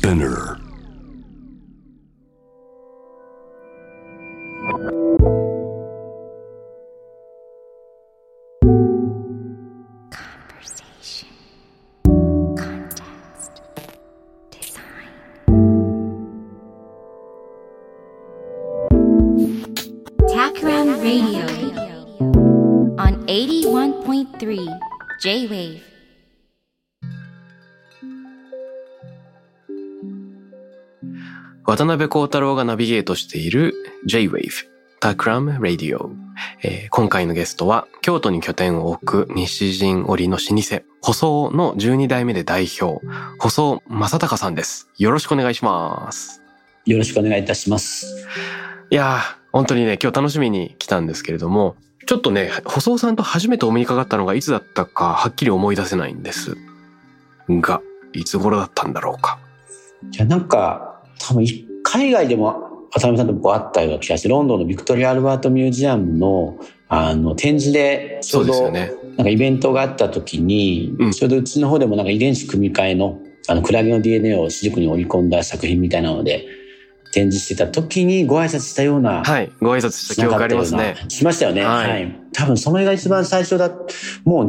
Spinner. Conversation, context, design. Takram Radio on 81.3 J-Wave. 渡辺幸太郎がナビゲートしている J-Wave Takram Radio、今回のゲストは京都に拠点を置く西陣織の老舗舗装の12代目で代表舗装正隆さんです。よろしくお願いします。 よろしくお願いいたします。 いやー本当にね今日楽しみに来たんですけれども、ちょっとね舗装さんと初めてお目にかかったのがいつだったかはっきり思い出せないんですが、いつ頃だったんだろうか。 いやなんか多分海外でも渡辺さんと僕会ったような気がして、ロンドンのビクトリア・アルバート・ミュージアムの展示でちょうどなんかイベントがあった時に、ちょうどうちの方でもなんか遺伝子組み換えのクラゲの DNA を歯軸に織り込んだ作品みたいなので展示してた時にご挨拶したような、 はい、ご挨拶した記憶ありますね。 しましたよね。はい、はい、多分その絵が一番最初だ。もう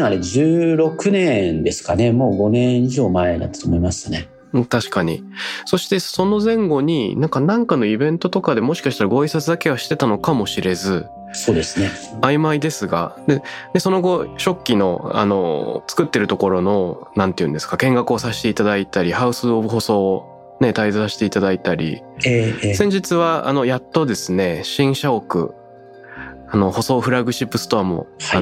2016年ですかね。もう5年以上前だったと思いますね。 確かに。そしてその前後になんかのイベントとかでもしかしたらご挨拶だけはしてたのかもしれず、 そうですね。 曖昧ですが、でその後初期の作ってるところのなんていうんですか、見学をさせていただいたり、ハウスオブ舗装をね滞在させていただいたり、先日はやっとですね新社屋舗装フラッグシップストアも、はい、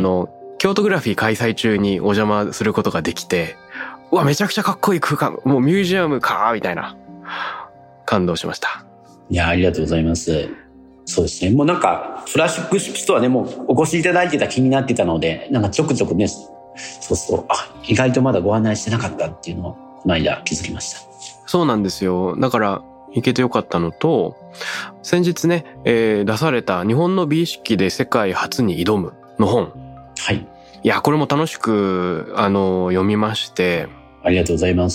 京都グラフィー開催中にお邪魔することができて。うわめちゃくちゃかっこいい空間、もうミュージアムかみたいな感動しました。 いやありがとうございます。そうですね、もうなんかフラッシュシップストアね、もうお越しいただいてた気になってたので、なんかちょくちょくね、そう意外とまだご案内してなかったっていうのをこの間気づきました。そうなんですよ。だから行けてよかったのと、先日ね、出された日本の美意識で世界初に挑むの本、 はい、 いやこれも楽しく読みまして、 ありがとうございます。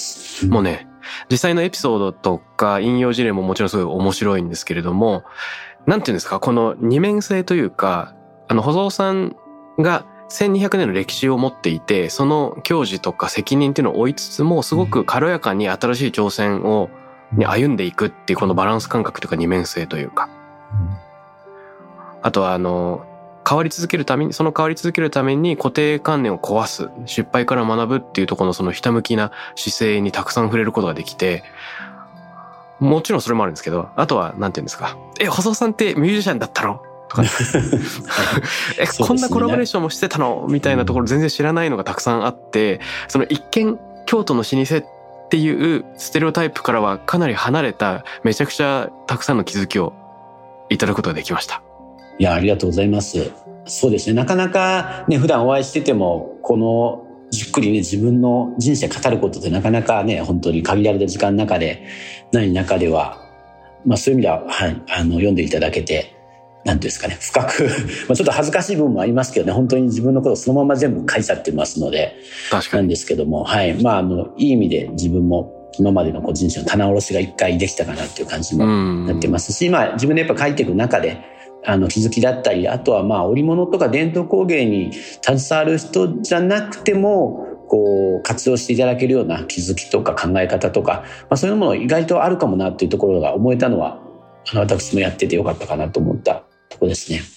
もうね、実際のエピソードとか引用事例ももちろんすごい面白いんですけれども、なんていうんですか、この二面性というか、舗装さんが1200年の歴史を持っていて、その矜持とか責任っていうのを追いつつも、すごく軽やかに新しい挑戦を、に歩んでいくっていうこのバランス感覚というか二面性というか。あとは変わり続けるために固定観念を壊す、失敗から学ぶっていうところのそのひたむきな姿勢にたくさん触れることができて、もちろんそれもあるんですけど、あとはなんていうんですか、舗装さんってミュージシャンだったのとか、こんなコラボレーションもしてたのみたいなところ全然知らないのがたくさんあって、その一見京都の老舗っていうステレオタイプからはかなり離れためちゃくちゃたくさんの気づきをいただくことができました。 いやありがとうございます。そうですね、なかなかね普段お会いしててもこのじっくりね自分の人生語ることってなかなかね本当に限られた時間の中でない中では、そういう意味では、はい、読んでいただけてなんていうんですかね、深くちょっと恥ずかしい部分もありますけどね、本当に自分のことをそのまま全部書いちゃってますので、 確かになんですけども、はい、いい意味で自分も今までの人生の棚卸しが一回できたかなっていう感じもなってますし、自分でやっぱ書いていく中で気づきだったり、あとは織物とか伝統工芸に携わる人じゃなくても活用していただけるような気づきとか考え方とか、そういうもの意外とあるかもなっていうところが思えたのは私もやっててよかったかなと思ったところですね。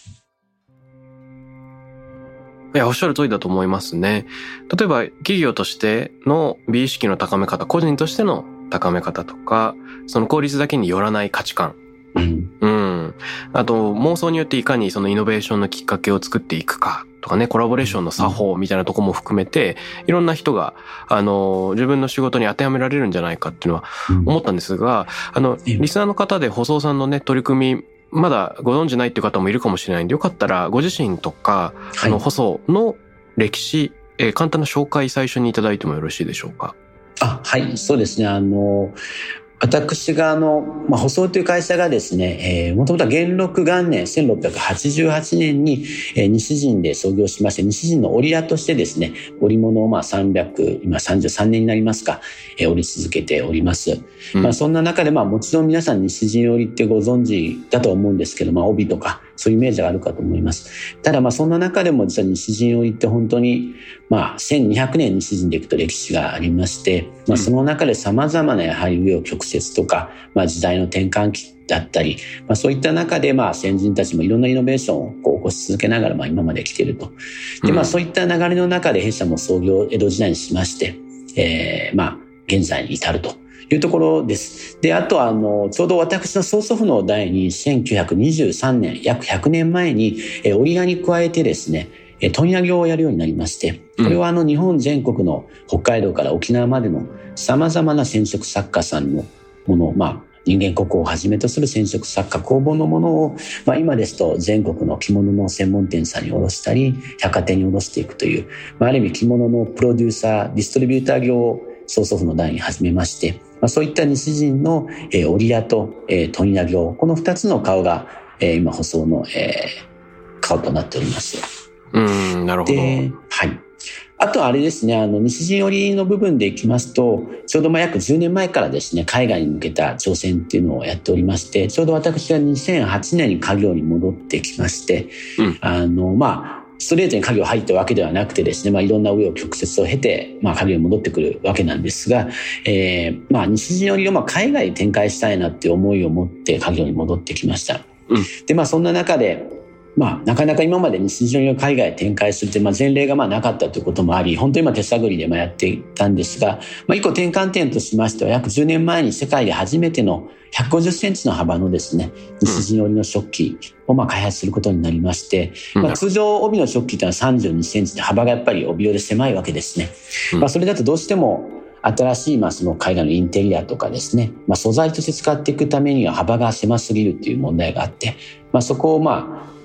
いやおっしゃる通りだと思いますね。例えば企業としての美意識の高め方、個人としての高め方とか、その効率だけによらない価値観、あと妄想によっていかにそのイノベーションのきっかけを作っていくかとかね、コラボレーションの作法みたいなところも含めて、いろんな人が自分の仕事に当てはめられるんじゃないかっていうのは思ったんですが、リスナーの方で舗装さんのね取り組みまだご存知ないっていう方もいるかもしれないんで、よかったらご自身とか舗装の歴史、簡単な紹介最初にいただいてもよろしいでしょうか。 はい、そうですね。 私が舗装という会社がですね、もともとは元禄元年1688年に、西陣で創業しまして、西陣の織屋としてですね、織物を今33年になりますか、織り続けております。そんな中でもちろん皆さん西陣織ってご存知だと思うんですけど、帯とかそういうイメージがあるかと思います。ただそんな中でも実は西陣織って本当に1200年西陣でいくと歴史がありまして、その中で様々なやはり紆余曲折とか、時代の転換期だったり、そういった中で先人たちもいろんなイノベーションを起こし続けながら今まで来ていると。でそういった流れの中で弊社も創業江戸時代にしまして、現在に至るというところです。で、あとはちょうど私の曽祖父の代に1923年、約100年前に織屋に加えてですね、問屋業をやるようになりまして、これは日本全国の北海道から沖縄までの様々な染色作家さんのものを、人間国宝をはじめとする染色作家工房のものを、今ですと全国の着物の専門店さんに卸したり、百貨店に卸していくという、ある意味着物のプロデューサー、ディストリビューター業を曽祖父の代に始めまして、そういった西陣の織屋と問屋業、この2つの顔が今舗装の顔となっております。 なるほど。 で、はい。あとはあれですね、西陣織の部分でいきますと、ちょうど約10年前からですね、海外に向けた挑戦っていうのをやっておりまして、ちょうど私は2008年に家業に戻ってきまして、ストレートに家業入ったわけではなくてですね、いろんな紆余曲折を経て、家業に戻ってくるわけなんですが、西陣織を海外に展開したいなっていう思いを持って家業に戻ってきました。で、そんな中で、なかなか今まで西陣織を海外へ展開するって、前例がなかったということもあり、本当に今手探りでやっていたんですが、一個転換点としましては、約10年前に世界で初めての150センチの幅のですね、西陣織の食器を開発することになりまして、通常帯の食器というのは32センチで幅がやっぱり帯用で狭いわけですね。それだとどうしても新しいその海外のインテリアとかですね、素材として使っていくためには幅が狭すぎるっていう問題があって、そこを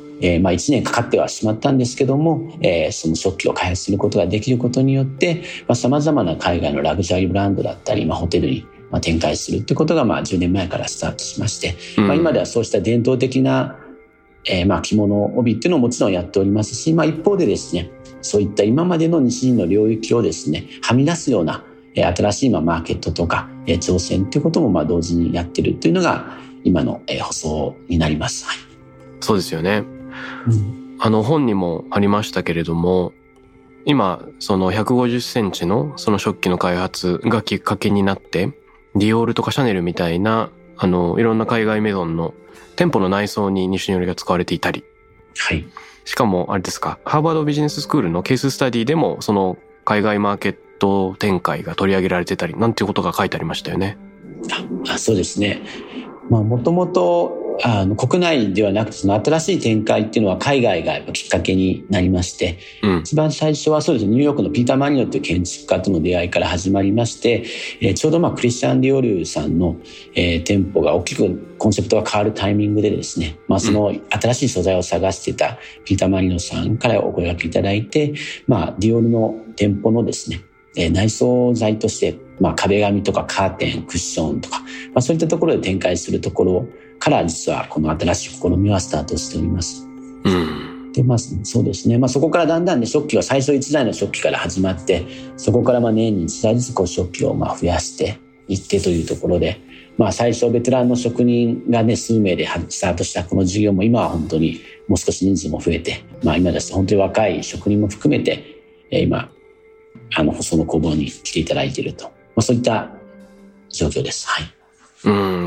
1年かかってはしまったんですけども、その食器を開発することができることによって、様々な海外のラグジュアリーブランドだったり、ホテルに展開するってことが10年前からスタートしまして、今ではそうした伝統的な、着物帯っていうのをもちろんやっておりますし、一方でですね、そういった今までの西陣の領域をですね、はみ出すような新しいマーケットとか挑戦っていうことも同時にやってるっていうのが今の舗装になります。はい、 そうですよね。本にもありましたけれども、今その150センチのその食器の開発がきっかけになって、ディオールとかシャネルみたいないろんな海外メゾンの店舗の内装に西陣織が使われていたり、 はい、 しかもあれですか、ハーバードビジネススクールのケーススタディでもその海外マーケット展開が取り上げられてたりなんていうことが書いてありましたよね。 そうですね。もともと国内ではなくてその新しい展開っていうのは海外がやっぱきっかけになりまして、一番最初はそうですね、ニューヨークのピーター・マリノという建築家との出会いから始まりまして、ちょうどクリスチャン・ディオールさんの、店舗が大きくコンセプトが変わるタイミングでですね、その新しい素材を探していたピーター・マリノさんからお声掛けいただいて、ディオールの店舗のですね、内装材として、壁紙とかカーテン、クッションとか、そういったところで展開するところから実はこの新しい試みはスタートしております。で、そうですね。そこからだんだんね、食器は最初1台の食器から始まって、そこから年に1台ずつ食器を増やしていってというところで、最初ベテランの職人がね、数名でスタートしたこの事業も今は本当にもう少し人数も増えて、今ですと本当に若い職人も含めて、今、その工房に来ていただいていると。そういった状況です。はい。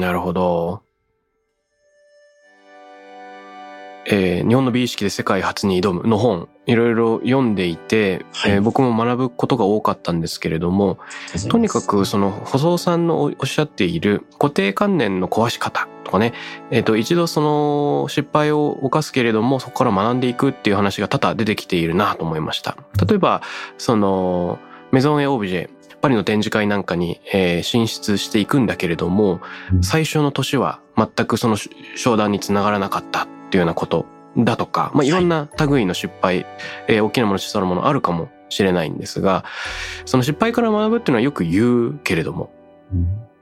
なるほど。日本の美意識で世界初に挑むの本、いろいろ読んでいて、僕も学ぶことが多かったんですけれども、とにかくその細尾さんのおっしゃっている固定観念の壊し方とかね、一度その失敗を犯すけれども、そこから学んでいくっていう話が多々出てきているなと思いました。例えば、そのメゾン・エ・オブジェ、パリの展示会なんかに、進出していくんだけれども、最初の年は全くその商談につながらなかったっていうようなことだとか、いろんな類の失敗、大きなもの小さなものあるかもしれないんですが、その失敗から学ぶっていうのはよく言うけれども、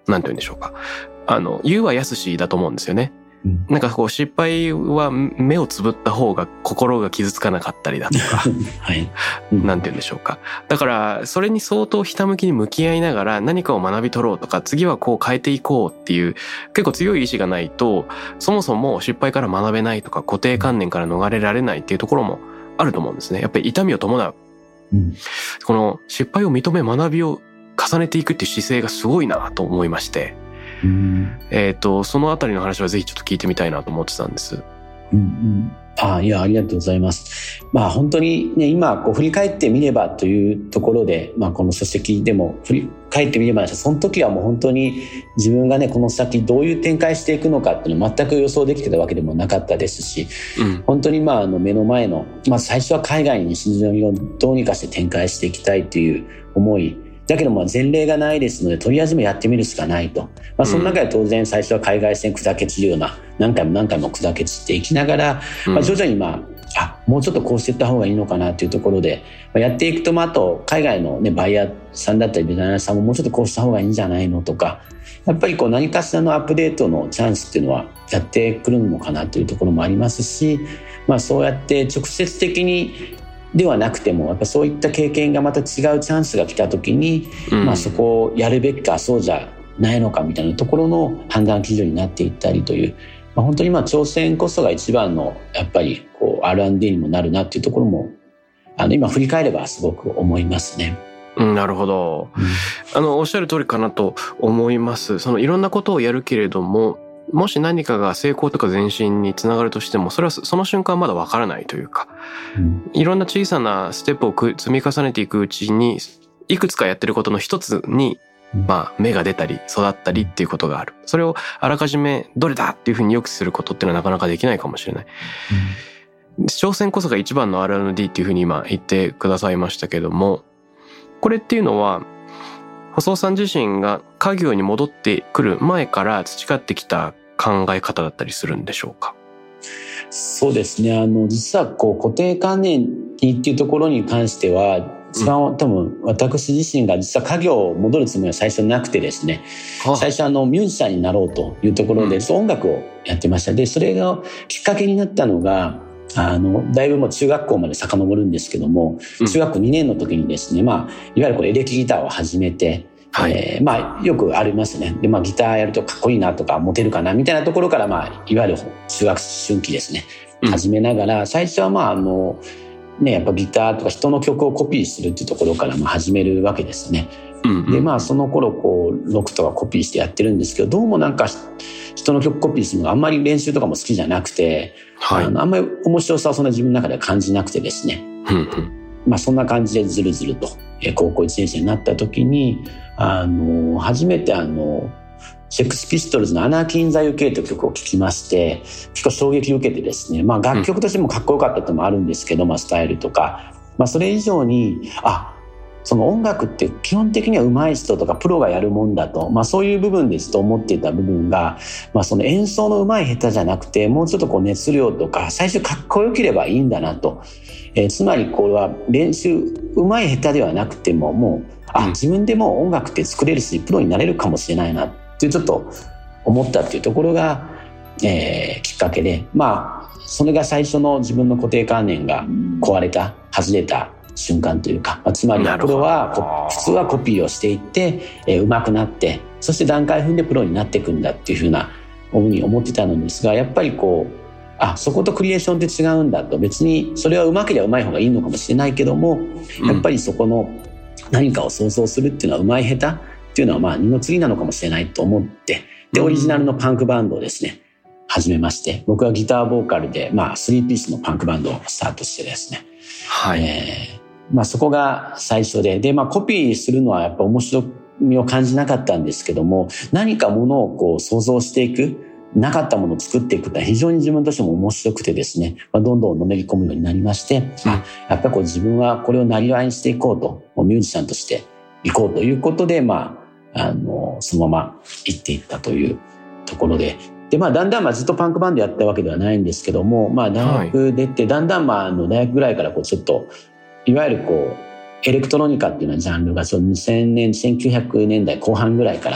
なんて言うんでしょうか。言うは易しだと思うんですよね。なんかこう失敗は目をつぶった方が心が傷つかなかったりだとか、 はい。 なんて言うんでしょうか。だからそれに相当ひたむきに向き合いながら何かを学び取ろうとか、次はこう変えていこうっていう結構強い意志がないと、そもそも失敗から学べないとか固定観念から逃れられないっていうところもあると思うんですね。やっぱり痛みを伴う。この失敗を認め学びを重ねていくっていう姿勢がすごいなと思いまして、そのあたりの話はぜひちょっと聞いてみたいなと思ってたんです。 ありがとうございます。本当にね、今こう振り返ってみればというところで、この書籍でも振り返ってみれば、その時はもう本当に自分がね、この先どういう展開していくのかっていうのを全く予想できてたわけでもなかったですし、本当に目の前の、最初は海外に新人をどうにかして展開していきたいという思い、だけど前例がないですので、とりあえずもやってみるしかないと。その中で当然最初は海外線砕け散るような、何回も砕け散っていきながら、徐々にもうちょっとこうしていった方がいいのかなというところで、やっていくと、あと海外のね、バイヤーさんだったりデザイナーさんももうちょっとこうした方がいいんじゃないのとか、やっぱりこう何かしらのアップデートのチャンスっていうのはやってくるのかなというところもありますし、そうやって直接的にではなくても、やっぱそういった経験がまた違うチャンスが来た時に、そこをやるべきかそうじゃないのかみたいなところの判断基準になっていったりという、本当に挑戦こそが一番のやっぱりこう R&D にもなるなっていうところも今振り返ればすごく思いますね。 なるほど。おっしゃる通りかなと思います。いろんなことをやるけれども、もし何かが成功とか前進につながるとしても、それはその瞬間まだわからないというか、いろんな小さなステップを積み重ねていくうちに、いくつかやってることの一つに、芽が出たり育ったりっていうことがある。それをあらかじめどれだっていうふうに予期することっていうのはなかなかできないかもしれない。挑戦こそが一番の R&D っていうふうに今言ってくださいましたけども、これっていうのは、細尾さん自身が家業に戻ってくる前から培ってきた考え方だったりするんでしょうか？ そうですね。実はこう固定観念っていうところに関しては、一番多分私自身が実は家業を戻るつもりは最初なくてですね、最初ミュージシャンになろうというところで、音楽をやってました。で、それがきっかけになったのが、だいぶもう中学校まで遡るんですけども、中学校2年の時にですね、いわゆるこうエレキギターを始めて、よくありますね。で、ギターやるとかっこいいなとか、モテるかなみたいなところから、いわゆる中学春期ですね、始めながら、最初はやっぱギターとか人の曲をコピーするっていうところから始めるわけですね。で、その頃こうロックとかコピーしてやってるんですけど、どうもなんか人の曲コピーするのがあんまり練習とかも好きじゃなくて、あんまり面白さをそんな自分の中では感じなくてですね、そんな感じでずるずると高校1年生になった時に初めてセックスピストルズのアナーキー・イン・ザ・UKという曲を聴きまして、結構衝撃を受けてですね、楽曲としてもかっこよかったってのもあるんですけど、スタイルとか、それ以上にその音楽って基本的には上手い人とかプロがやるもんだと、そういう部分ですと思っていた部分が、その演奏の上手い下手じゃなくて、もうちょっとこう熱量とか最初かっこよければいいんだなと、つまりこれは練習上手い下手ではなくても、もう自分でも音楽って作れるしプロになれるかもしれないなっていうちょっと思ったっていうところが、きっかけで、それが最初の自分の固定観念が壊れた、外れた瞬間というか、つまりプロは普通はコピーをしていって、上手くなって、そして段階踏んでプロになっていくんだっていうふうなに思ってたのですが、やっぱりこうそことクリエーションって違うんだと、別にそれは上手ければ上手い方がいいのかもしれないけども、やっぱりそこの何かを想像するっていうのは上手い下手っていうのは二の次なのかもしれないと思って、でオリジナルのパンクバンドをですね始めまして、僕はギターボーカルで3ピースのパンクバンドをスタートしてですね、そこが最初で、コピーするのはやっぱ面白みを感じなかったんですけども、何かものをこう想像していく、なかったものを作っていくって非常に自分としても面白くてですね、どんどんのめり込むようになりまして、やっぱりこう自分はこれをなりわいにしていこうと、ミュージシャンとしていこうということで、そのまま行っていったというところで、だんだんずっとパンクバンドやったわけではないんですけども、大学出て、だんだん大学ぐらいからこうちょっといわゆるこうエレクトロニカっていうようなジャンルが1900年代後半ぐらいから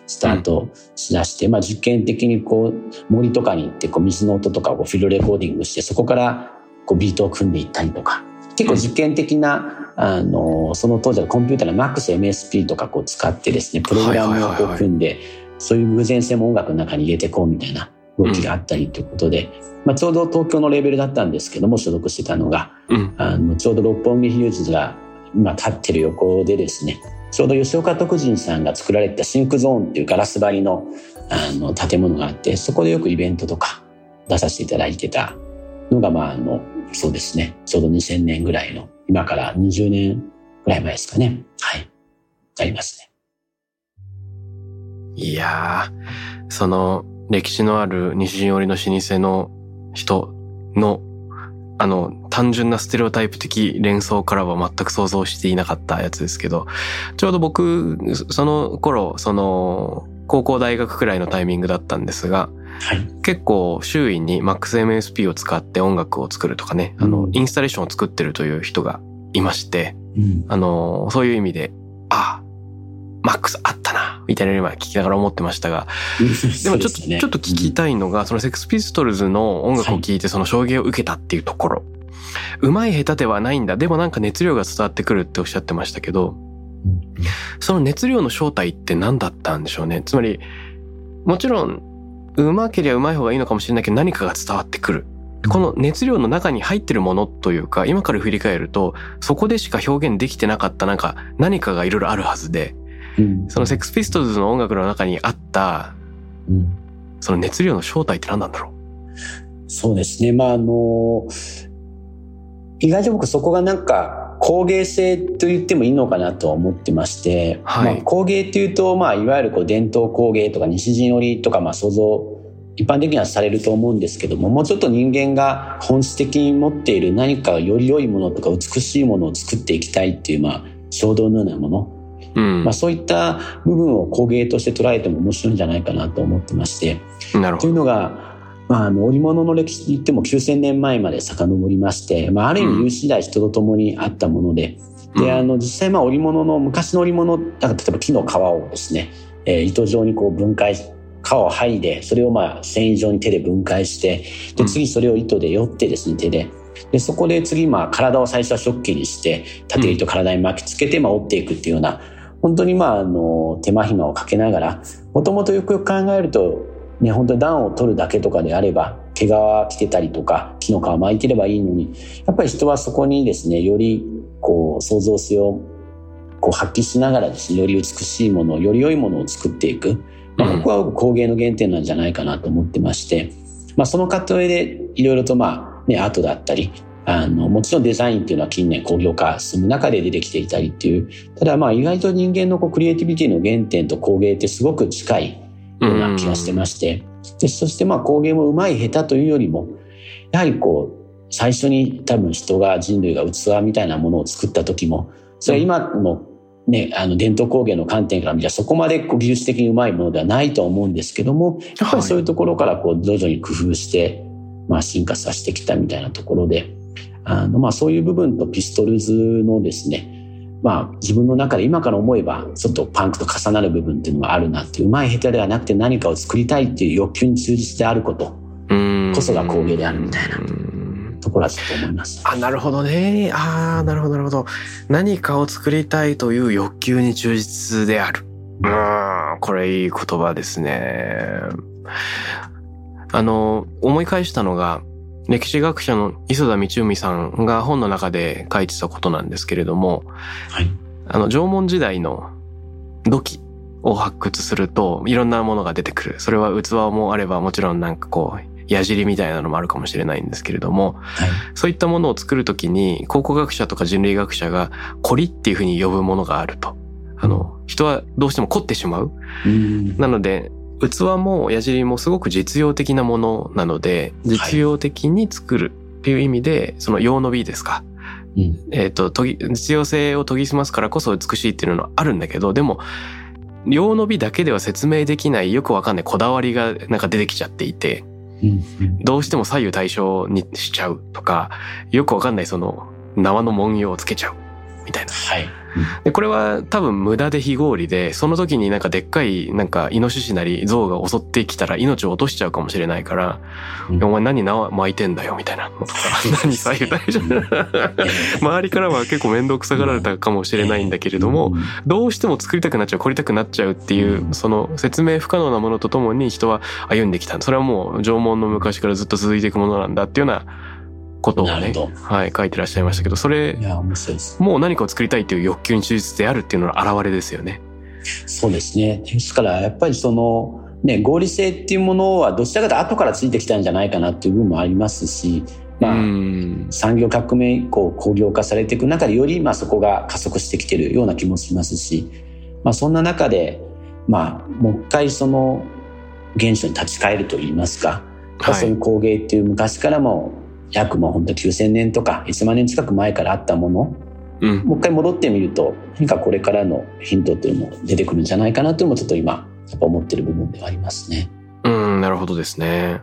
スタートしだして、実験的にこう森とかに行ってこう水の音とかをフィールドレコーディングして、そこからこうビートを組んでいったりとか、結構実験的な、その当時のコンピューターの MAXMSP とかこう使ってですね、プログラムをこう組んで、そういう偶然性も音楽の中に入れていこうみたいな動きがあったりということで、ちょうど東京のレーベルだったんですけども、所属してたのが、ちょうど六本木ヒルズが今立ってる横でですね、ちょうど吉岡徳仁さんが作られたシンクゾーンっていうガラス張りの、建物があって、そこでよくイベントとか出させていただいてたのが、そうですね、ちょうど2000年ぐらいの、今から20年ぐらい前ですかね。はい。ありますね。 いやー、その歴史のある西陣織の老舗の人の単純なステレオタイプ的連想からは全く想像していなかったやつですけど、ちょうど僕、その頃、高校大学くらいのタイミングだったんですが、 はい、 結構周囲に MAXMSP を使って音楽を作るとかね、インスタレーションを作ってるという人がいまして、そういう意味で、MAX あったな、みたいな今聞きながら思ってましたが、でもちょっと聞きたいのが、そのセックスピストルズの音楽を聴いてその衝撃を受けたっていうところ。うまい下手ではないんだ。でもなんか熱量が伝わってくるっておっしゃってましたけど、その熱量の正体って何だったんでしょうね。つまり、もちろん、うまければうまい方がいいのかもしれないけど、何かが伝わってくる。この熱量の中に入ってるものというか、今から振り返ると、そこでしか表現できてなかった何かがいろいろあるはずで、そのセックスピストルズの音楽の中にあった、その熱量の正体って何なんだろう。 そうですね。意外と僕そこがなんか工芸性と言ってもいいのかなとは思ってまして、工芸っていうと、いわゆるこう伝統工芸とか西陣織とか想像一般的にはされると思うんですけども、もうちょっと人間が本質的に持っている何かより良いものとか美しいものを作っていきたいっていう衝動のようなもの、そういった部分を工芸として捉えても面白いんじゃないかなと思ってまして、 なるほど。 というのが、織物の歴史といっても9000年前まで遡りまして、ある意味有史以来人と共にあったもので、実際織物の昔の織物、例えば木の皮をですね、糸状にこう分解し、皮を剥いで、それを繊維状に手で分解して、で次それを糸でよってですね、手で。でそこで次体を最初は食器にして縦糸体に巻きつけて織っていくっていうような、本当に手間暇をかけながら、もともとよくよく考えるとね、本当に暖を取るだけとかであれば毛皮着てたりとか木の皮巻いてればいいのに、やっぱり人はそこにですね、よりこう創造性をこう発揮しながらですね、より美しいもの、より良いものを作っていく、ここは工芸の原点なんじゃないかなと思ってまして、その過程でいろいろとアートだったり、もちろんデザインっていうのは近年工業化進む中で出てきていたりっていう、ただ意外と人間のクリエイティビティの原点と工芸ってすごく近いような気がしてまして、でそして工芸もうまい下手というよりも、やはり最初に多分人類が器みたいなものを作った時も、それは今のね、伝統工芸の観点から見たらそこまで技術的にうまいものではないと思うんですけども、やっぱりそういうところから徐々に工夫して進化させてきたみたいなところで、そういう部分とピストルズのですね、自分の中で今から思えばちょっとパンクと重なる部分っていうのがあるなっていう、うまい下手ではなくて何かを作りたいっていう欲求に忠実であることこそが工芸であるみたいなところはちょっと思います。 なるほどね。なるほどなるほど。何かを作りたいという欲求に忠実である。これいい言葉ですね。思い返したのが、歴史学者の磯田道海さんが本の中で書いてたことなんですけれども、縄文時代の土器を発掘するといろんなものが出てくる。それは器もあれば、もちろん矢尻みたいなのもあるかもしれないんですけれども、そういったものを作るときに考古学者とか人類学者が凝りっていうふうに呼ぶものがあると。人はどうしても凝ってしまう。なので器も矢尻もすごく実用的なものなので、実用的に作るっていう意味で、その用の美ですか。実用性を研ぎ澄ますからこそ美しいっていうのはあるんだけど、でも用の美だけでは説明できないよくわかんないこだわりが出てきちゃっていて、どうしても左右対称にしちゃうとか、よくわかんないその縄の文様をつけちゃうみたいな。 でこれは多分無駄で非合理で、その時になんかでっかいなんかイノシシなり象が襲ってきたら命を落としちゃうかもしれないから、お前何縄巻いてんだよみたいなのとか、何左右大丈夫周りからは結構面倒くさがられたかもしれないんだけれども、どうしても作りたくなっちゃう、凝りたくなっちゃうっていう、その説明不可能なものとともに人は歩んできた。それはもう縄文の昔からずっと続いていくものなんだっていうようなことをね、はい、書いてらっしゃいましたけど、それ、 いや、面白いです。 もう何かを作りたいという欲求に忠実であるっていうのの表れですよね。 そうですね。ですからやっぱりそのね、合理性っていうものはどちらかというと後からついてきたんじゃないかなっていう部分もありますし、まあ、産業革命以降工業化されていく中でよりまあそこが加速してきているような気もしますし、まあそんな中でまあもう一回その現象に立ち返るといいますか、はい、そういう工芸っていう昔からも約もう本当9000年とか1万年近く前からあったもの、もう一回戻ってみると何かこれからのヒントっていうのも出てくるんじゃないかなというのもちょっと今やっぱ思ってる部分ではありますね。 なるほどですね。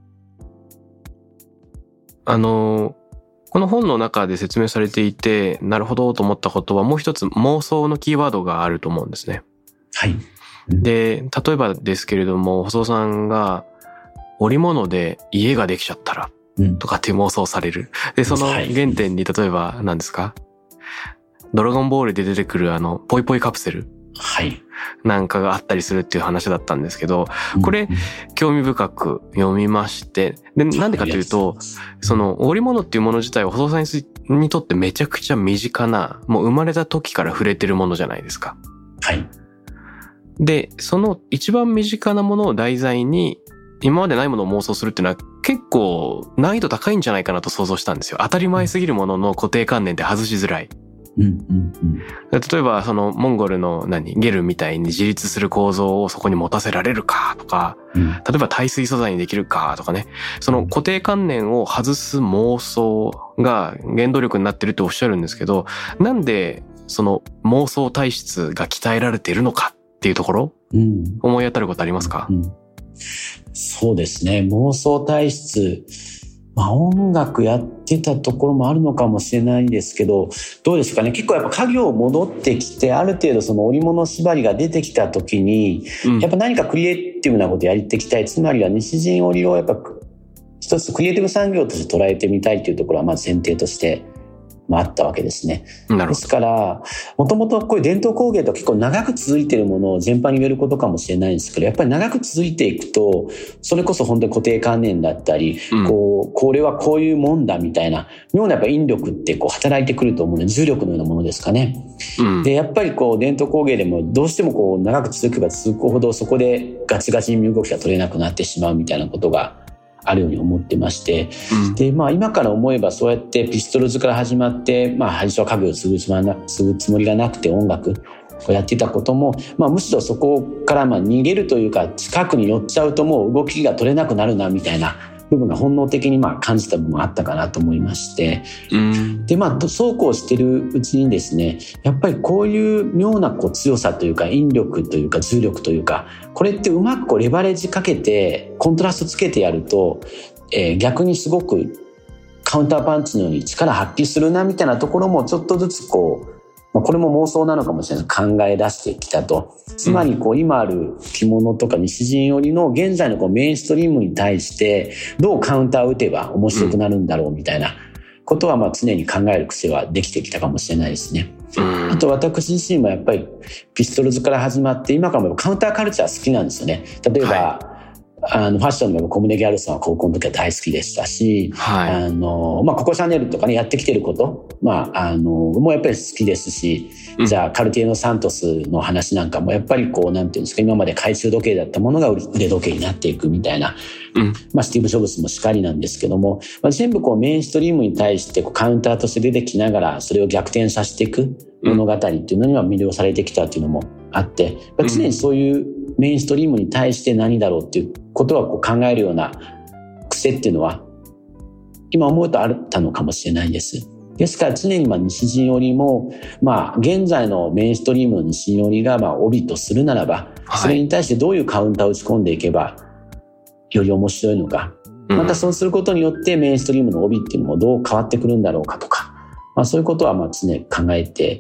この本の中で説明されていてなるほどと思ったことは、もう一つ妄想のキーワードがあると思うんですね。 はい。 で、例えばですけれども、細尾さんが織物で家ができちゃったらとかっていう妄想される。で、その原点に例えば何ですか？ドラゴンボールで出てくるポイポイカプセル。 はい。 なんかがあったりするっていう話だったんですけど、これ興味深く読みまして、で、なんでかというと、その織物っていうもの自体は細尾さんにとってめちゃくちゃ身近な、もう生まれた時から触れてるものじゃないですか。 はい。 で、その一番身近なものを題材に今までないものを妄想するっていうのは結構難易度高いんじゃないかなと想像したんですよ。当たり前すぎるものの固定観念で外しづらい。例えばそのモンゴルのゲルみたいに自立する構造をそこに持たせられるかとか、例えば耐水素材にできるかとかね、その固定観念を外す妄想が原動力になってるっておっしゃるんですけど、なんでその妄想体質が鍛えられているのかっていうところ、思い当たることありますか？ そうですね。妄想体質、まあ音楽やってたところもあるのかもしれないですけど、どうですかね。結構やっぱ家業戻ってきて、ある程度その織物縛りが出てきた時に、やっぱ何かクリエイティブなことやっていきたい。つまりは西陣織をやっぱ一つクリエイティブ産業として捉えてみたいというところはまず前提としてあったわけですね。ですからもともとこういう伝統工芸と結構長く続いているものを全般に言えることかもしれないんですけど、やっぱり長く続いていくとそれこそ本当に固定観念だったり、これはこういうもんだみたいな妙なやっぱ引力って働いてくると思うので、重力のようなものですかね。でやっぱり伝統工芸でもどうしても長く続けば続くほどそこでガチガチに身動きが取れなくなってしまうみたいなことがあるように思ってまして、で今から思えばそうやってピストルズから始まって最初は家具を継ぐつもりがなくて音楽をやっていたことも、むしろそこから逃げるというか近くに寄っちゃうともう動きが取れなくなるなみたいな部分が本能的に感じた部分があったかなと思いまして、でそうこうしてるうちにですね、やっぱりこういう妙な強さというか引力というか重力というか、これってうまくレバレッジかけてコントラストつけてやると、逆にすごくカウンターパンチのように力発揮するなみたいなところもちょっとずつこれも妄想なのかもしれない考え出してきたと。つまり今ある着物とか西陣織の現在のメインストリームに対してどうカウンターを打てば面白くなるんだろうみたいなことは常に考える癖はできてきたかもしれないですね。あと私自身もやっぱりピストルズから始まって今からもカウンターカルチャー好きなんですよね。例えば、ファッションのコムネ・ギャルソンは高校の時は大好きでしたし、ココシャネルとかねやってきてることもうやっぱり好きですし、じゃあカルティエのサントスの話なんかもやっぱりなんていうんですか、今まで懐中時計だったものが腕時計になっていくみたいな、スティーブ・ジョブズもしかりなんですけども、全部メインストリームに対してカウンターとして出てきながらそれを逆転させていく物語っていうのには魅了されてきたっていうのもあって、常にそういうメインストリームに対して何だろうっていうことは考えるような癖っていうのは今思うとあったのかもしれないです。ですから常に西陣織も現在のメインストリームの西陣織が帯とするならば、それに対してどういうカウンターを打ち込んでいけばより面白いのか、またそうすることによってメインストリームの帯っていうのもどう変わってくるんだろうかとか、そういうことは常に考えて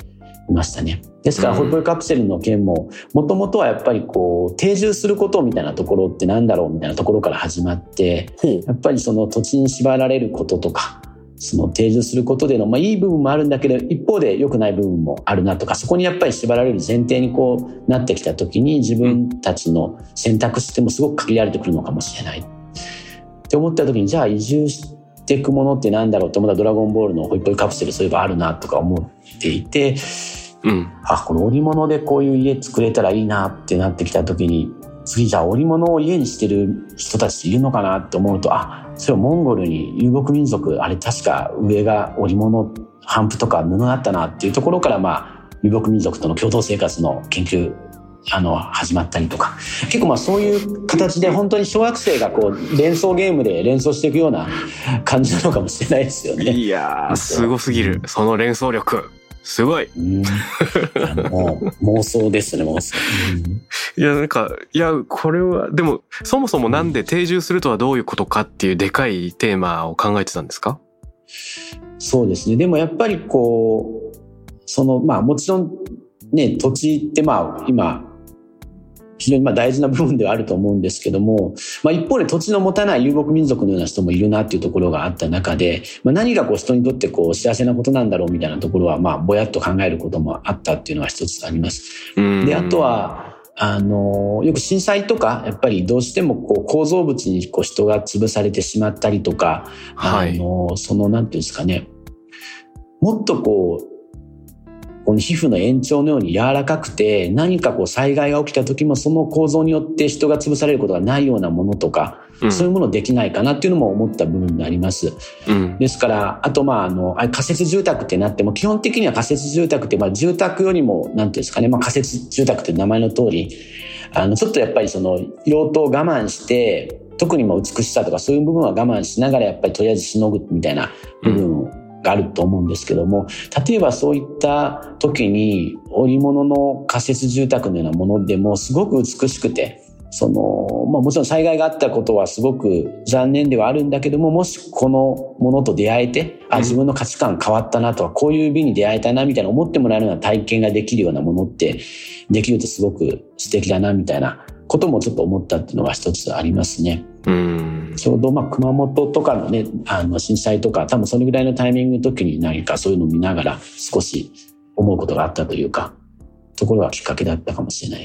いましたね。ですからホイポイカプセルの件ももともとはやっぱりこう定住することみたいなところってなんだろうみたいなところから始まって、やっぱりその土地に縛られることとかその定住することでの、いい部分もあるんだけど一方で良くない部分もあるなとか、そこにやっぱり縛られる前提にこうなってきた時に自分たちの選択肢ってもすごく限られてくるのかもしれないって思った時に、じゃあ移住していくものってなんだろうと思ったらドラゴンボールのホイポイカプセルそういえばあるなとか思っていて、この織物でこういう家作れたらいいなってなってきた時に、次じゃあ織物を家にしてる人たちいるのかなって思うと、それはモンゴルに遊牧民族、あれ確か上が織物帆布とか布だったなっていうところから遊牧民族との共同生活の研究始まったりとか、結構そういう形で本当に小学生がこう連想ゲームで連想していくような感じなのかもしれないですよね。 いやーすごすぎる、その連想力すごい。 もう妄想ですね、妄想。 これはでもそもそもなんで定住するとはどういうことかっていうでかいテーマを考えてたんですか？ そうですね。でもやっぱりこうもちろんね、土地って今非常に大事な部分ではあると思うんですけども、一方で土地の持たない遊牧民族のような人もいるなっていうところがあった中で、何がこう人にとってこう幸せなことなんだろうみたいなところはぼやっと考えることもあったっていうのが一つあります。で、あとはよく震災とかやっぱりどうしてもこう構造物にこう人が潰されてしまったりとか、なんていうんですかね、もっとこの皮膚の延長のように柔らかくて、何かこう災害が起きた時もその構造によって人が潰されることがないようなものとか、そういうものできないかなっていうのも思った部分があります。ですからあと仮設住宅ってなっても基本的には仮設住宅って住宅よりもなんていうんですかね、仮設住宅って名前の通りちょっとやっぱりその用途を我慢して特に美しさとかそういう部分は我慢しながらやっぱりとりあえずしのぐみたいな部分があると思うんですけども、例えばそういった時に織物の仮設住宅のようなものでもすごく美しくて、もちろん災害があったことはすごく残念ではあるんだけども、もしこのものと出会えて自分の価値観変わったなとか、こういう美に出会えたなみたいな思ってもらえるような体験ができるようなものってできるとすごく素敵だなみたいなこともちょっと思ったっていうのが一つありますね。ちょうど熊本とかのね震災とか多分それぐらいのタイミングの時に何かそういうのを見ながら少し思うことがあったというかところがきっかけだったかもしれないです。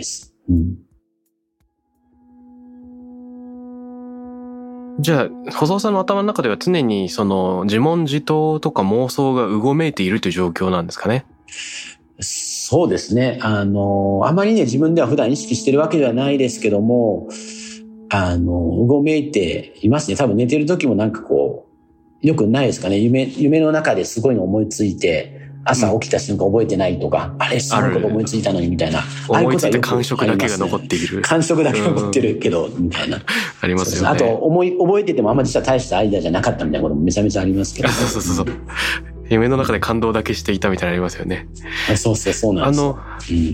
じゃあ細尾さんの頭の中では常にその自問自答とか妄想がうごめいているという状況なんですかね？ そうですね。あまりね自分では普段意識してるわけではないですけども、うごめいていますね。多分寝てる時もなんかこうよくないですかね。夢の中ですごいの思いついて朝起きた瞬間覚えてないとか、あれすごいこと思いついたのにみたいな、 思いついて感触だけが残っている、 感触だけ残ってるけどみたいなありますよね。 あと覚えててもあんま実は大したアイデアじゃなかったみたいなこともめちゃめちゃありますけどそう夢の中で感動だけしていたみたいなのありますよね。 そうなんです。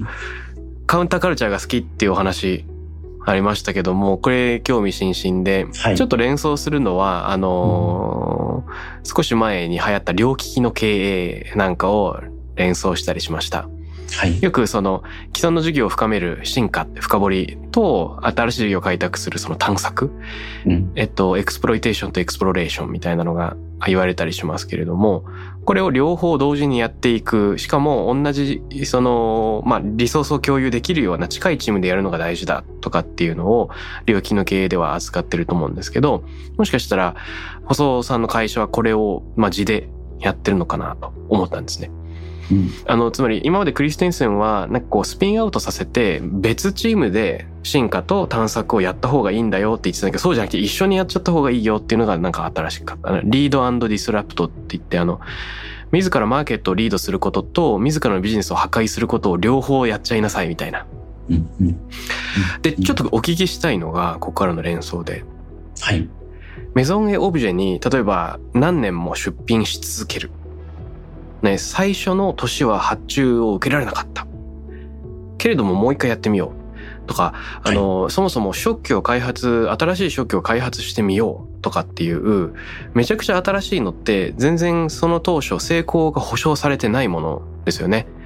カウンターカルチャーが好きっていうお話ありましたけども、これ興味津々で、ちょっと連想するのは少し前に流行った両利きの経営なんかを連想したりしました。よくその既存の授業を深める進化深掘りと新しい授業を開拓するその探索、エクスプロイテーションとエクスプロレーションみたいなのが言われたりしますけれども、これを両方同時にやっていく、しかも同じそのリソースを共有できるような近いチームでやるのが大事だとかっていうのを領域の経営では扱ってると思うんですけど、もしかしたら細尾さんの会社はこれを地でやってるのかなと思ったんですね。つまり今までクリステンセンはなんかこうスピンアウトさせて別チームで進化と探索をやった方がいいんだよって言ってたんだけど、そうじゃなくて一緒にやっちゃった方がいいよっていうのがなんか新しかった。リード&ディスラプトって言って自らマーケットをリードすることと自らのビジネスを破壊することを両方やっちゃいなさいみたいな。で、ちょっとお聞きしたいのがここからの連想で。メゾンエオブジェに例えば何年も出品し続ける。最初の年は発注を受けられなかった。けれどももう一回やってみよう。とか、そもそも新しい食器を開発してみようとかっていう、めちゃくちゃ新しいのって全然その当初成功が保証されてないものですよね。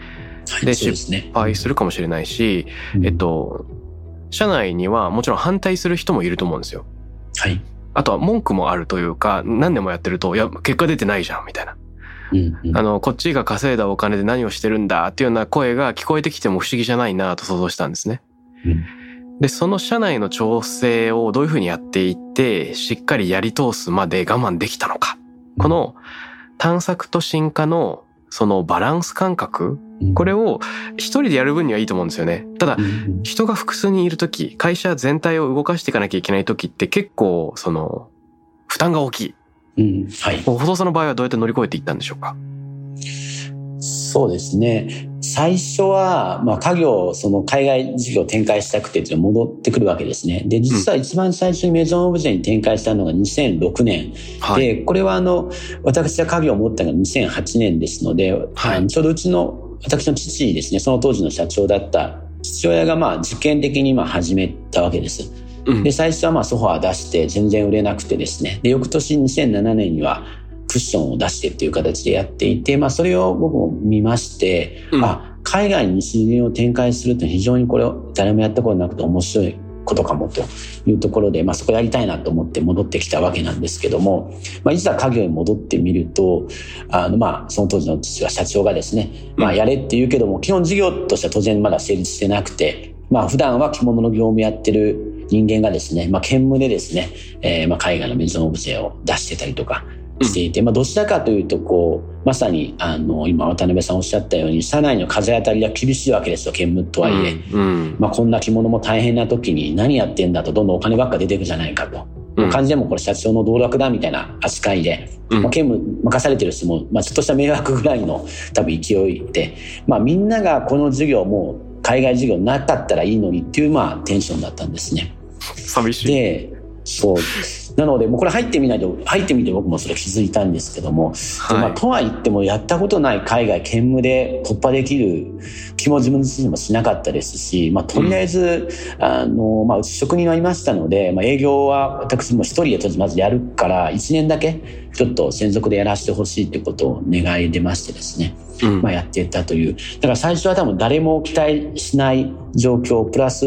で、失敗するかもしれないし、社内にはもちろん反対する人もいると思うんですよ。 はい。 あとは文句もあるというか、何年もやってると、いや、結果出てないじゃん、みたいな。こっちが稼いだお金で何をしてるんだっていうような声が聞こえてきても不思議じゃないなと想像したんですね。で、その社内の調整をどういうふうにやっていって、しっかりやり通すまで我慢できたのか。この探索と進化のそのバランス感覚、これを一人でやる分にはいいと思うんですよね。ただ、人が複数人いるとき、会社全体を動かしていかなきゃいけないときって結構、負担が大きい。はい。細田さんの場合はどうやって乗り越えていったんでしょうか？ そうですね。最初は、家業、海外事業を展開したくて戻ってくるわけですね。で、実は一番最初にメゾンオブジェに展開したのが2006年。はい、で、これは私が家業を持ったのが2008年ですので、はい、ちょうど私の父ですね、その当時の社長だった父親が実験的に始めたわけです。で、最初はソファー出して全然売れなくてですね。で、翌年2007年にはクッションを出してっていう形でやっていて、それを僕も見まして、海外に西陣を展開すると非常にこれを誰もやったことなくて面白いことかもというところで、そこやりたいなと思って戻ってきたわけなんですけども、いざ家業に戻ってみると、その当時の父は社長がですね、やれって言うけども、基本事業としては当然まだ成立してなくて、普段は着物の業務やってる人間がですね、兼務でですね、海外のメゾンオブジェを出してたりとかしていて、どちらかというとまさに今渡辺さんおっしゃったように社内の風当たりが厳しいわけですよ、兼務とはいえ、こんな着物も大変な時に何やってんだと、どんどんお金ばっか出てくじゃないかと、完全にもこれ社長の道楽だみたいな扱いで、兼務任されてる人も、ちょっとした迷惑ぐらいの多分勢いで、みんながこの事業も海外事業なかったらいいのにっていうテンションだったんですね。 寂しい。 で、そうなのでもうこれ入ってみて僕もそれ気づいたんですけども、はい、とは言ってもやったことない海外兼務で突破できる気も自分自身もしなかったですし、とりあえず、うち職人はいましたので、営業は私も一人でまずやるから1年だけちょっと専属でやらせてほしいってことを願い出ましてですね、やっていったという。だから最初は多分誰も期待しない状況プラス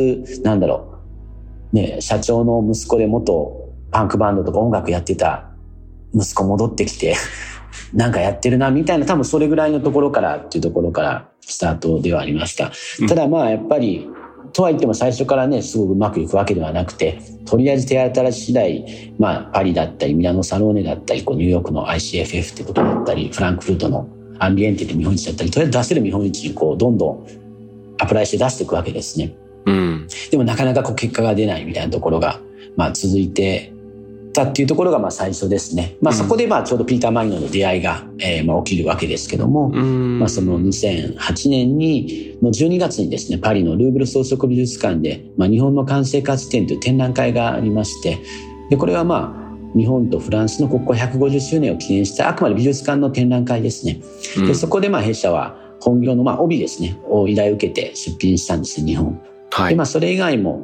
社長の息子で元パンクバンドとか音楽やってた息子戻ってきてなんかやってるなみたいな、多分それぐらいのところからっていうところからスタートではありました。ただやっぱりとは言っても最初からねすごくうまくいくわけではなくて、とりあえず手当たり次第パリだったりミラノサローネだったりニューヨークの ICFF ってことだったりフランクフルトのアンビエンテって見本市だったり、とりあえず出せる見本市にどんどんアプライして出していくわけですね。でもなかなか結果が出ないみたいなところが続いてたっていうところが最初ですね。そこでちょうどピーター・マリノの出会いが起きるわけですけども、その2008年の12月にですね、パリのルーブル装飾美術館で日本の完成価値展という展覧会がありまして、でこれは日本とフランスの国交150周年を記念したあくまで美術館の展覧会ですね。でそこで弊社は本業の帯ですねを依頼を受けて出品したんですよ、日本。はい、でそれ以外も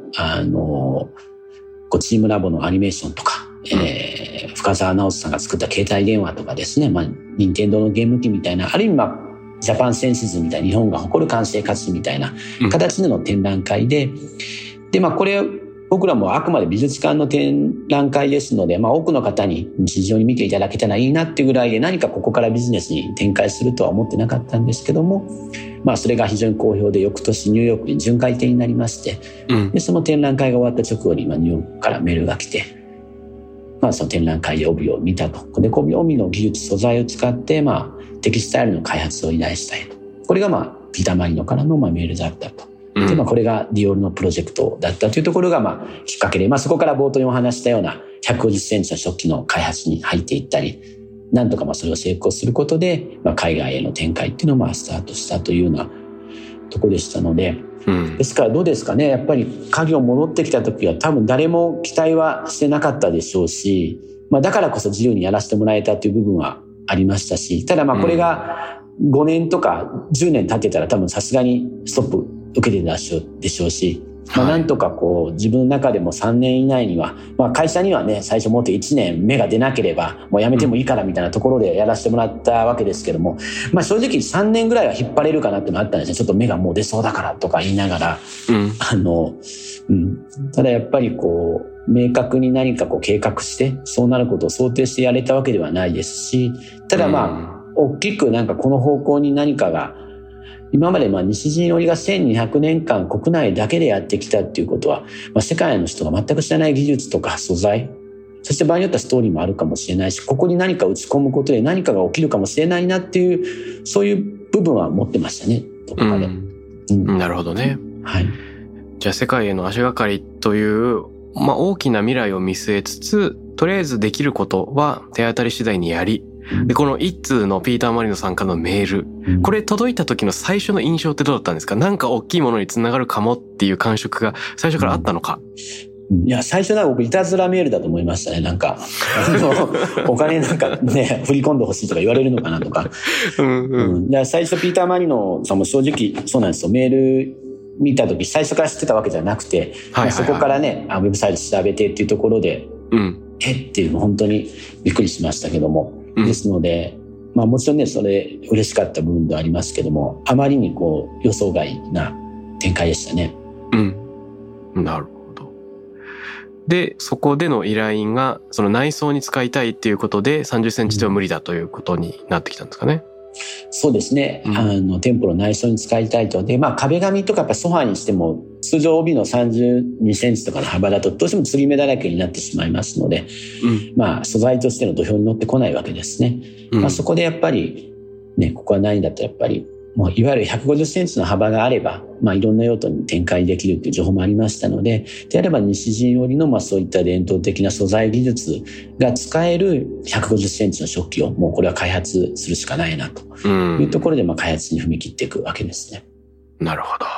チームラボのアニメーションとか、深澤直人さんが作った携帯電話とかですね、任天堂のゲーム機みたいな、ある意味ジャパンセンシズみたいな日本が誇る完成価値みたいな形での展覧会で、これ僕らもあくまで美術館の展覧会ですので、多くの方に非常に見ていただけたらいいなっていうぐらいで、何かここからビジネスに展開するとは思ってなかったんですけども、それが非常に好評で、翌年ニューヨークに巡回展になりまして、でその展覧会が終わった直後にニューヨークからメールが来て、その展覧会で帯を見たと。で帯の技術素材を使ってテキスタイルの開発を依頼したいと。これがピーター・マリノからのメールだったと。でこれがディオールのプロジェクトだったというところがきっかけで、そこから冒頭にお話したような150センチの食器の開発に入っていったり、なんとかそれを成功することで、海外への展開っていうのをスタートしたというようなところでしたので、ですからどうですかね、やっぱり家業戻ってきた時は多分誰も期待はしてなかったでしょうし、だからこそ自由にやらせてもらえたという部分はありましたし、ただこれが5年とか10年経ってたら多分さすがにストップ受けてたでしょうし、 なんとかこう自分の中でも3年以内には、会社にはね最初もっと1年芽が出なければもう辞めてもいいからみたいなところでやらせてもらったわけですけども、正直3年ぐらいは引っ張れるかなっていうのがあったんですね。ちょっと芽がもう出そうだからとか言いながら、ただやっぱりこう明確に何かこう計画してそうなることを想定してやれたわけではないですし、ただ大きくなんかこの方向に何かが今まで西陣織が1200年間国内だけでやってきたっていうことは、世界の人が全く知らない技術とか素材、そして場合によってはストーリーもあるかもしれないし、ここに何か打ち込むことで何かが起きるかもしれないなっていう、そういう部分は持ってましたね、どこかで。 なるほどね。 はい。 じゃあ世界への足がかりという、大きな未来を見据えつつ、とりあえずできることは手当たり次第にやり、で、この一通のピーター・マリノさんからのメール、これ届いた時の最初の印象ってどうだったんですか？なんか大きいものにつながるかもっていう感触が最初からあったのか？ いや、最初僕いたずらメールだと思いましたね。なんかお金なんかね振り込んでほしいとか言われるのかなとか。最初ピーター・マリノさんも正直そうなんですよ。メール見た時最初から知ってたわけじゃなくて、そこからねウェブサイト調べてっていうところで、っていうの本当にびっくりしましたけども、ですのでもちろんねそれ嬉しかった部分ではありますけども、あまりにこう予想外な展開でしたね。 なるほど。でそこでの依頼がその内装に使いたいっていうことで30センチでは無理だということになってきたんですかね。 そうですね。店舗の内装に使いたいと。で、壁紙とかやっぱソファーにしても、通常帯の32センチとかの幅だと、どうしても継ぎ目だらけになってしまいますので、素材としての土俵に乗ってこないわけですね。そこでやっぱり、ね、ここは何だとやっぱり、もういわゆる150センチの幅があれば、いろんな用途に展開できるという情報もありましたので、であれば西陣織のそういった伝統的な素材技術が使える150センチの食器をもうこれは開発するしかないなというところで開発に踏み切っていくわけですね。 なるほど。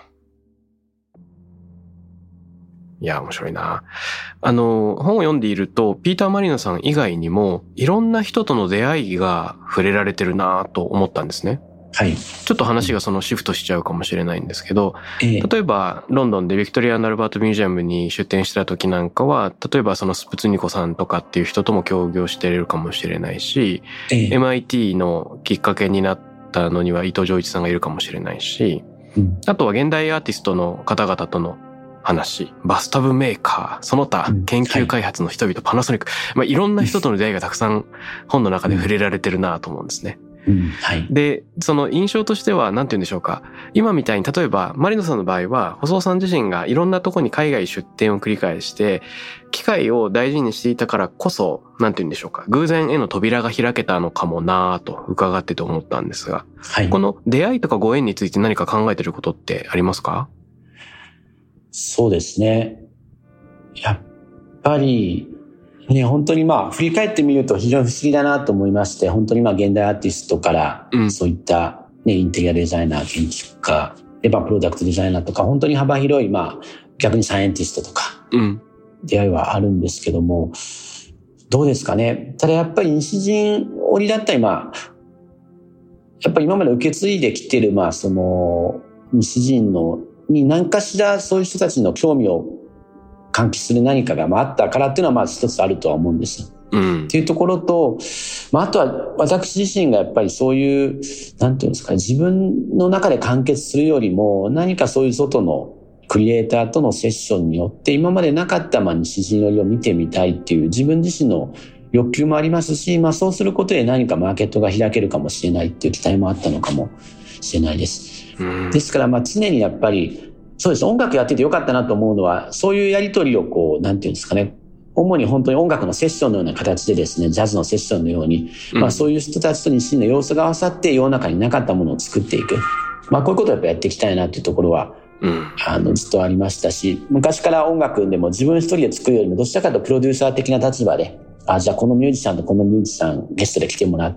いや、面白いな。本を読んでいると、ピーター・マリノさん以外にも、いろんな人との出会いが触れられてるなと思ったんですね。 はい。 ちょっと話がそのシフトしちゃうかもしれないんですけど、例えばロンドンでビクトリア・アルバート・ミュージアムに出展してた時なんかは、例えばそのスプツニコさんとかっていう人とも協業してるかもしれないし、MIT のきっかけになったのには伊藤浄一さんがいるかもしれないし、あとは現代アーティストの方々との話、バスタブメーカー、その他研究開発の人々、パナソニック、いろんな人との出会いがたくさん本の中で触れられてるなと思うんですね。で、その印象としては、なんて言うんでしょうか。今みたいに、例えば、マリノさんの場合は、細尾さん自身がいろんなとこに海外出店を繰り返して、機会を大事にしていたからこそ、なんて言うんでしょうか。偶然への扉が開けたのかもなぁと伺ってて思ったんですが、この出会いとかご縁について何か考えてることってありますか？ そうですね。やっぱり、ね、本当に振り返ってみると非常に不思議だなと思いまして、本当に現代アーティストから、そういったね、インテリアデザイナー、建築家、プロダクトデザイナーとか、本当に幅広い、逆にサイエンティストとか、出会いはあるんですけども、どうですかね。ただやっぱり西陣織だったり、やっぱり今まで受け継いできてる、その、西陣に何かしらそういう人たちの興味を喚起する何かがあったからっていうのは一つあるとは思うんですよ。っていうところと、あとは私自身がやっぱりそういう、なんていうんですかね、自分の中で完結するよりも何かそういう外のクリエイターとのセッションによって今までなかった西陣織を見てみたいっていう自分自身の欲求もありますし、そうすることで何かマーケットが開けるかもしれないっていう期待もあったのかもしれないです。ですから常にやっぱりそうです。音楽やっててよかったなと思うのは、そういうやりとりをなんていうんですかね、主に本当に音楽のセッションのような形でですね、ジャズのセッションのように、そういう人たちと西陣の要素が合わさって世の中になかったものを作っていく。こういうことをやっぱやっていきたいなというところは、ずっとありましたし、昔から音楽でも自分一人で作るよりもどちらかとプロデューサー的な立場で、じゃあこのミュージシャンとこのミュージシャンゲストで来てもらって、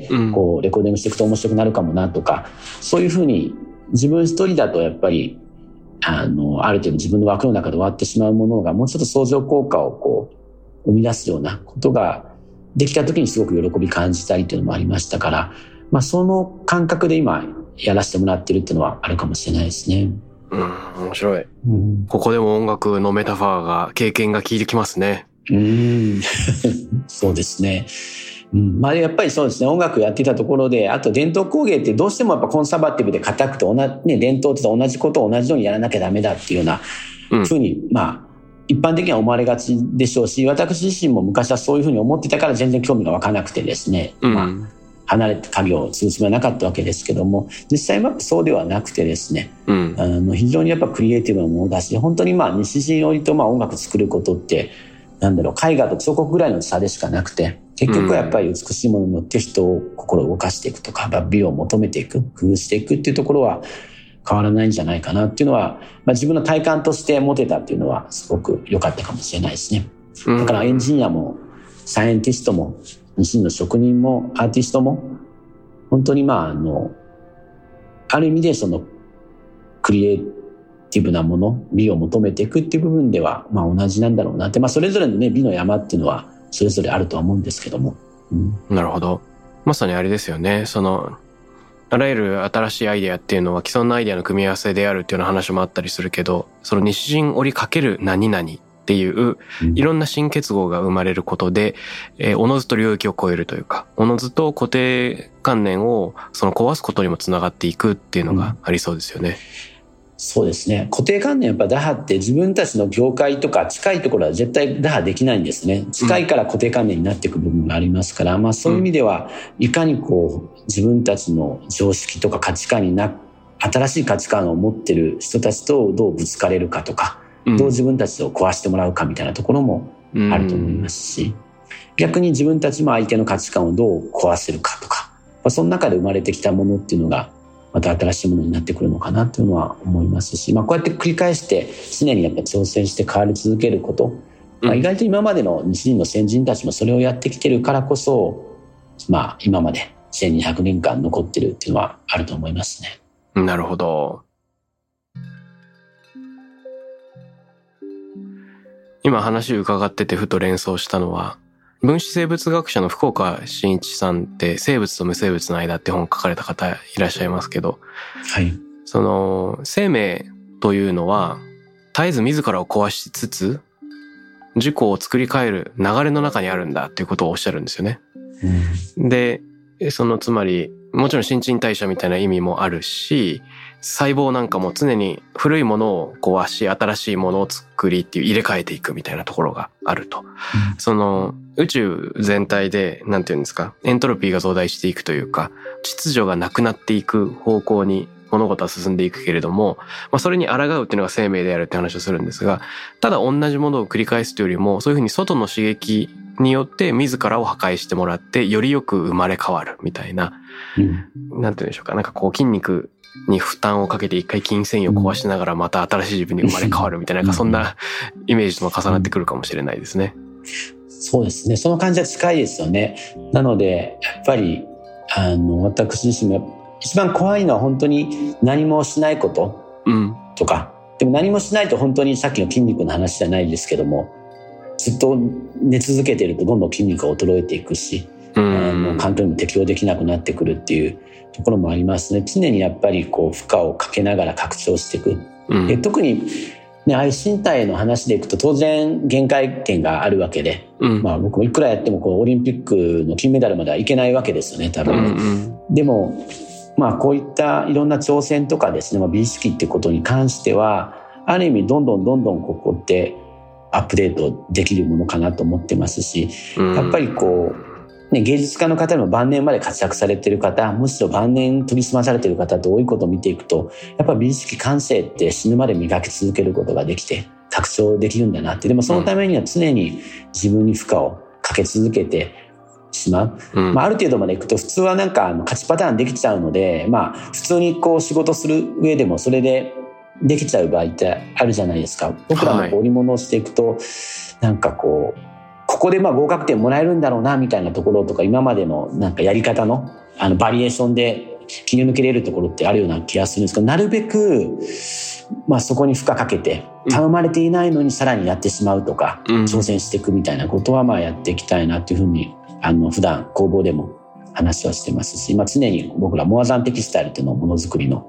レコーディングしていくと面白くなるかもなとか、そういうふうに自分一人だとやっぱりある程度自分の枠の中で終わってしまうものがもうちょっと相乗効果を生み出すようなことができた時にすごく喜び感じたりというのもありましたから、その感覚で今やらせてもらってるっていうのはあるかもしれないですね。 面白い。ここでも音楽のメタファーが、経験が効いてきますね。 そうですね。まあやっぱりそうですね、音楽やってたところで、あと伝統工芸ってどうしてもやっぱコンサバティブで固くて伝統って同じことを同じようにやらなきゃダメだっていうような風に、まあ一般的には思われがちでしょうし、私自身も昔はそういう風に思ってたから全然興味が湧かなくてですね、まあ離れて家業を継ぐつもりはなかったわけですけども、実際はそうではなくてですね、非常にやっぱクリエイティブなものだし、本当にまあ西陣織と音楽作ることって絵画と彫刻ぐらいの差でしかなくて、結局はやっぱり美しいものによって人を心を動かしていくとか、美を求めていく、工夫していくっていうところは変わらないんじゃないかなっていうのは、自分の体感として持てたっていうのはすごく良かったかもしれないですね。だからエンジニアもサイエンティストもミシンの職人もアーティストも本当にある意味でそのクリエイティブなもの、美を求めていくっていう部分では同じなんだろうなって、それぞれのね美の山っていうのはそれぞれあるとは思うんですけども、 なるほど。まさにあれですよね。あらゆる新しいアイデアっていうのは既存のアイデアの組み合わせであるっていうような話もあったりするけど、その西陣織かける何々っていういろんな新結合が生まれることで、おのずと領域を超えるというか、おのずと固定観念を壊すことにもつながっていくっていうのがありそうですよね。 そうですね。固定観念やっぱ打破って自分たちの業界とか近いところは絶対打破できないんですね。近いから固定観念になっていく部分がありますから、そういう意味ではいかに自分たちの常識とか価値観に新しい価値観を持ってる人たちとどうぶつかれるかとか、どう自分たちを壊してもらうかみたいなところもあると思いますし、逆に自分たちも相手の価値観をどう壊せるかとか、その中で生まれてきたものっていうのがまた新しいものになってくるのかなというのは思いますし、こうやって繰り返して常にやっぱ挑戦して変わり続けること、意外と今までの西陣の先人たちもそれをやってきてるからこそ、今まで1200年間残ってるっていうのはあると思いますね。 なるほど。今話伺っててふと連想したのは、分子生物学者の福岡伸一さんって生物と無生物の間って本を書かれた方いらっしゃいますけど、 はい、 生命というのは絶えず自らを壊しつつ自己を作り変える流れの中にあるんだっていうことをおっしゃるんですよね。で、つまりもちろん新陳代謝みたいな意味もあるし、細胞なんかも常に古いものを壊し新しいものを作りっていう入れ替えていくみたいなところがあると、宇宙全体でなんていうんですか、エントロピーが増大していくというか、秩序がなくなっていく方向に物事は進んでいくけれども、それに抗うっていうのが生命であるって話をするんですが、ただ同じものを繰り返すというよりも、そういうふうに外の刺激によって自らを破壊してもらってよりよく生まれ変わるみたいな、なんていうんでしょうか、筋肉に負担をかけて一回筋繊維を壊しながらまた新しい自分に生まれ変わるみたいな、そんなイメージとも重なってくるかもしれないですね。 そうですね。その感じは近いですよね。なのでやっぱり私自身も一番怖いのは本当に何もしないこととか、でも何もしないと本当にさっきの筋肉の話じゃないですけども、ずっと寝続けているとどんどん筋肉が衰えていくし、環境にも適応できなくなってくるっていうところもありますね。常にやっぱり負荷をかけながら拡張していく、で特に、ああいう身体の話でいくと当然限界点があるわけで、僕もいくらやってもオリンピックの金メダルまではいけないわけですよね、多分ね。でもこういったいろんな挑戦とかですね、美意識ってことに関してはある意味どんどんここってアップデートできるものかなと思ってますし、やっぱり芸術家の方でも晩年まで活躍されている方、むしろ晩年研ぎ澄まされている方って多いことを見ていくと、やっぱ美意識感性って死ぬまで磨き続けることができて拡張できるんだなって。でもそのためには常に自分に負荷をかけ続けてしまう、ある程度までいくと普通は勝ちパターンできちゃうので、普通に仕事する上でもそれでできちゃう場合ってあるじゃないですか。僕らも織物をしていくと、ここで合格点もらえるんだろうなみたいなところとか、今までのやり方のバリエーションで切り抜けれるところってあるような気がするんですけど、なるべくそこに負荷かけて頼まれていないのにさらにやってしまうとか、挑戦していくみたいなことはやっていきたいなというふうに普段工房でも話はしてますし、常に僕らモアザンテキスタイルっていうのをものづくりの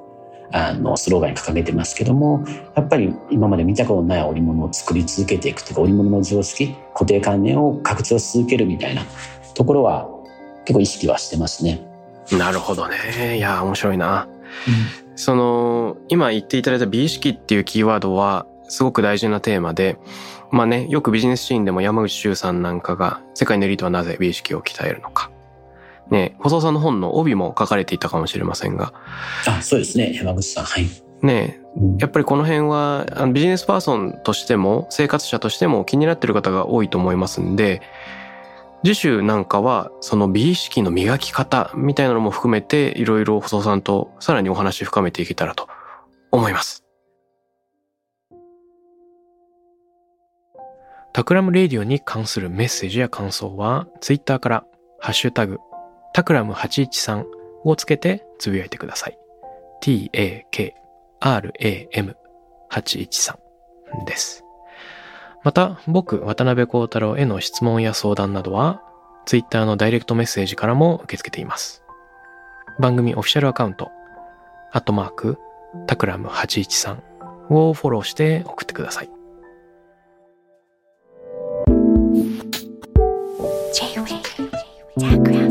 スローガンに掲げてますけども、やっぱり今まで見たことない織物を作り続けていくというか、織物の常識、固定観念を拡張し続けるみたいなところは結構意識はしてますね。 なるほどね。いや面白いな、今言っていただいた美意識っていうキーワードはすごく大事なテーマで、まあね、よくビジネスシーンでも山口周さんなんかが世界のエリートはなぜ美意識を鍛えるのかね、細尾さんの本の帯も書かれていたかもしれませんが、 そうですね、山口さん、はいね、やっぱりこの辺はビジネスパーソンとしても生活者としても気になっている方が多いと思いますんで、次週なんかはその美意識の磨き方みたいなのも含めていろいろ細尾さんとさらにお話深めていけたらと思います。タクラムレディオに関するメッセージや感想はツイッターからハッシュタグタクラム813をつけてつぶやいてください。TAKRAM813 です。また僕渡辺幸太郎への質問や相談などはツイッターのダイレクトメッセージからも受け付けています。番組オフィシャルアカウント@タクラム813をフォローして送ってください。 J-Wave Background